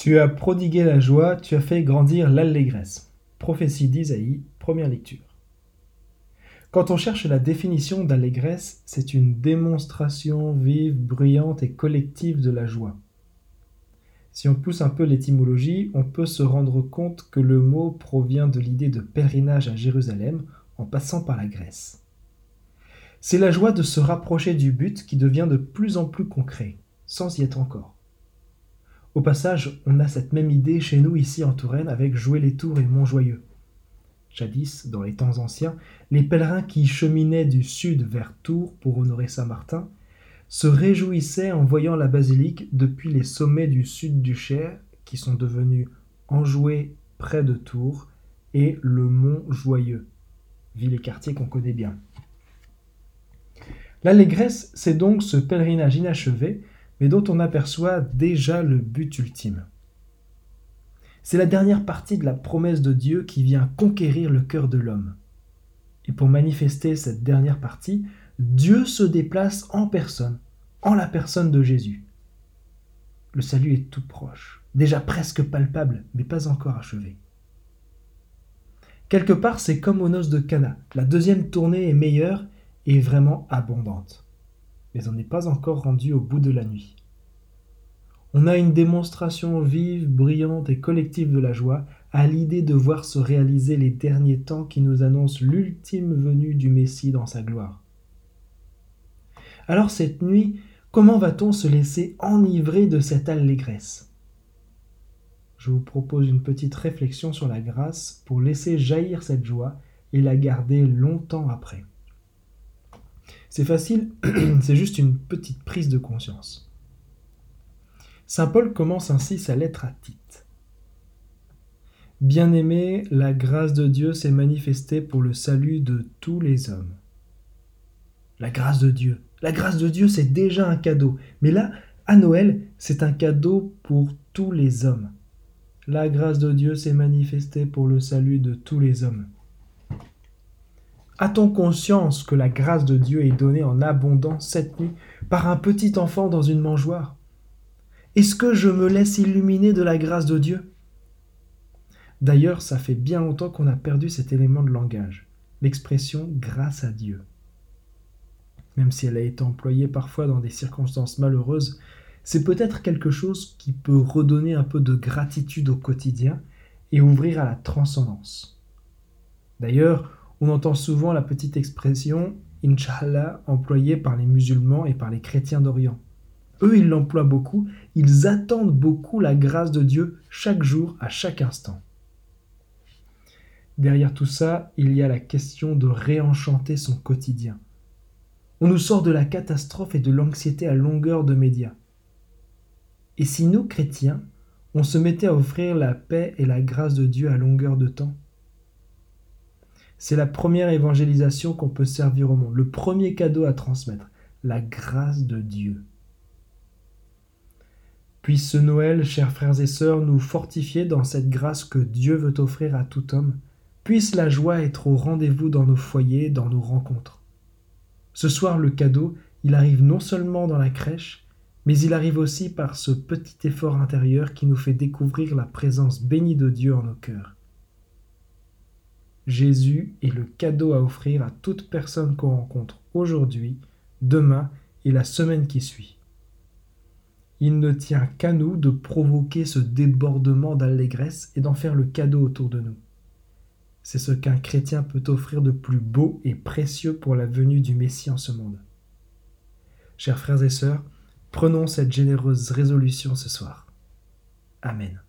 Tu as prodigué la joie, tu as fait grandir l'allégresse. Prophétie d'Isaïe, première lecture. Quand on cherche la définition d'allégresse, c'est une démonstration vive, bruyante et collective de la joie. Si on pousse un peu l'étymologie, on peut se rendre compte que le mot provient de l'idée de pèlerinage à Jérusalem en passant par la Grèce. C'est la joie de se rapprocher du but qui devient de plus en plus concret, sans y être encore. Au passage, on a cette même idée chez nous ici en Touraine avec Joué-les-Tours et Montjoyeux. Jadis, dans les temps anciens, les pèlerins qui cheminaient du sud vers Tours pour honorer Saint-Martin se réjouissaient en voyant la basilique depuis les sommets du sud du Cher, qui sont devenus Enjoué près de Tours, et le mont Joyeux, ville et quartier qu'on connaît bien. L'allégresse, c'est donc ce pèlerinage inachevé, mais dont on aperçoit déjà le but ultime. C'est la dernière partie de la promesse de Dieu qui vient conquérir le cœur de l'homme. Et pour manifester cette dernière partie, Dieu se déplace en personne, en la personne de Jésus. Le salut est tout proche, déjà presque palpable, mais pas encore achevé. Quelque part, c'est comme aux noces de Cana. La deuxième tournée est meilleure et vraiment abondante. Mais on n'est pas encore rendu au bout de la nuit. On a une démonstration vive, brillante et collective de la joie à l'idée de voir se réaliser les derniers temps qui nous annoncent l'ultime venue du Messie dans sa gloire. Alors cette nuit, comment va-t-on se laisser enivrer de cette allégresse ? Je vous propose une petite réflexion sur la grâce pour laisser jaillir cette joie et la garder longtemps après. C'est facile, c'est juste une petite prise de conscience. Saint Paul commence ainsi sa lettre à Tite. Bien-aimés, la grâce de Dieu s'est manifestée pour le salut de tous les hommes. La grâce de Dieu, c'est déjà un cadeau. Mais là, à Noël, c'est un cadeau pour tous les hommes. La grâce de Dieu s'est manifestée pour le salut de tous les hommes. A-t-on conscience que la grâce de Dieu est donnée en abondance cette nuit par un petit enfant dans une mangeoire ? Est-ce que je me laisse illuminer de la grâce de Dieu ? D'ailleurs, ça fait bien longtemps qu'on a perdu cet élément de langage, l'expression « grâce à Dieu ». Même si elle a été employée parfois dans des circonstances malheureuses, c'est peut-être quelque chose qui peut redonner un peu de gratitude au quotidien et ouvrir à la transcendance. D'ailleurs, on entend souvent la petite expression « Inch'Allah » employée par les musulmans et par les chrétiens d'Orient. Eux, ils l'emploient beaucoup, ils attendent beaucoup la grâce de Dieu chaque jour, à chaque instant. Derrière tout ça, il y a la question de réenchanter son quotidien. On nous sort de la catastrophe et de l'anxiété à longueur de médias. Et si nous, chrétiens, on se mettait à offrir la paix et la grâce de Dieu à longueur de temps ? C'est la première évangélisation qu'on peut servir au monde, le premier cadeau à transmettre, la grâce de Dieu. Puisse ce Noël, chers frères et sœurs, nous fortifier dans cette grâce que Dieu veut offrir à tout homme. Puisse la joie être au rendez-vous dans nos foyers, dans nos rencontres. Ce soir, le cadeau, il arrive non seulement dans la crèche, mais il arrive aussi par ce petit effort intérieur qui nous fait découvrir la présence bénie de Dieu en nos cœurs. Jésus est le cadeau à offrir à toute personne qu'on rencontre aujourd'hui, demain et la semaine qui suit. Il ne tient qu'à nous de provoquer ce débordement d'allégresse et d'en faire le cadeau autour de nous. C'est ce qu'un chrétien peut offrir de plus beau et précieux pour la venue du Messie en ce monde. Chers frères et sœurs, prenons cette généreuse résolution ce soir. Amen.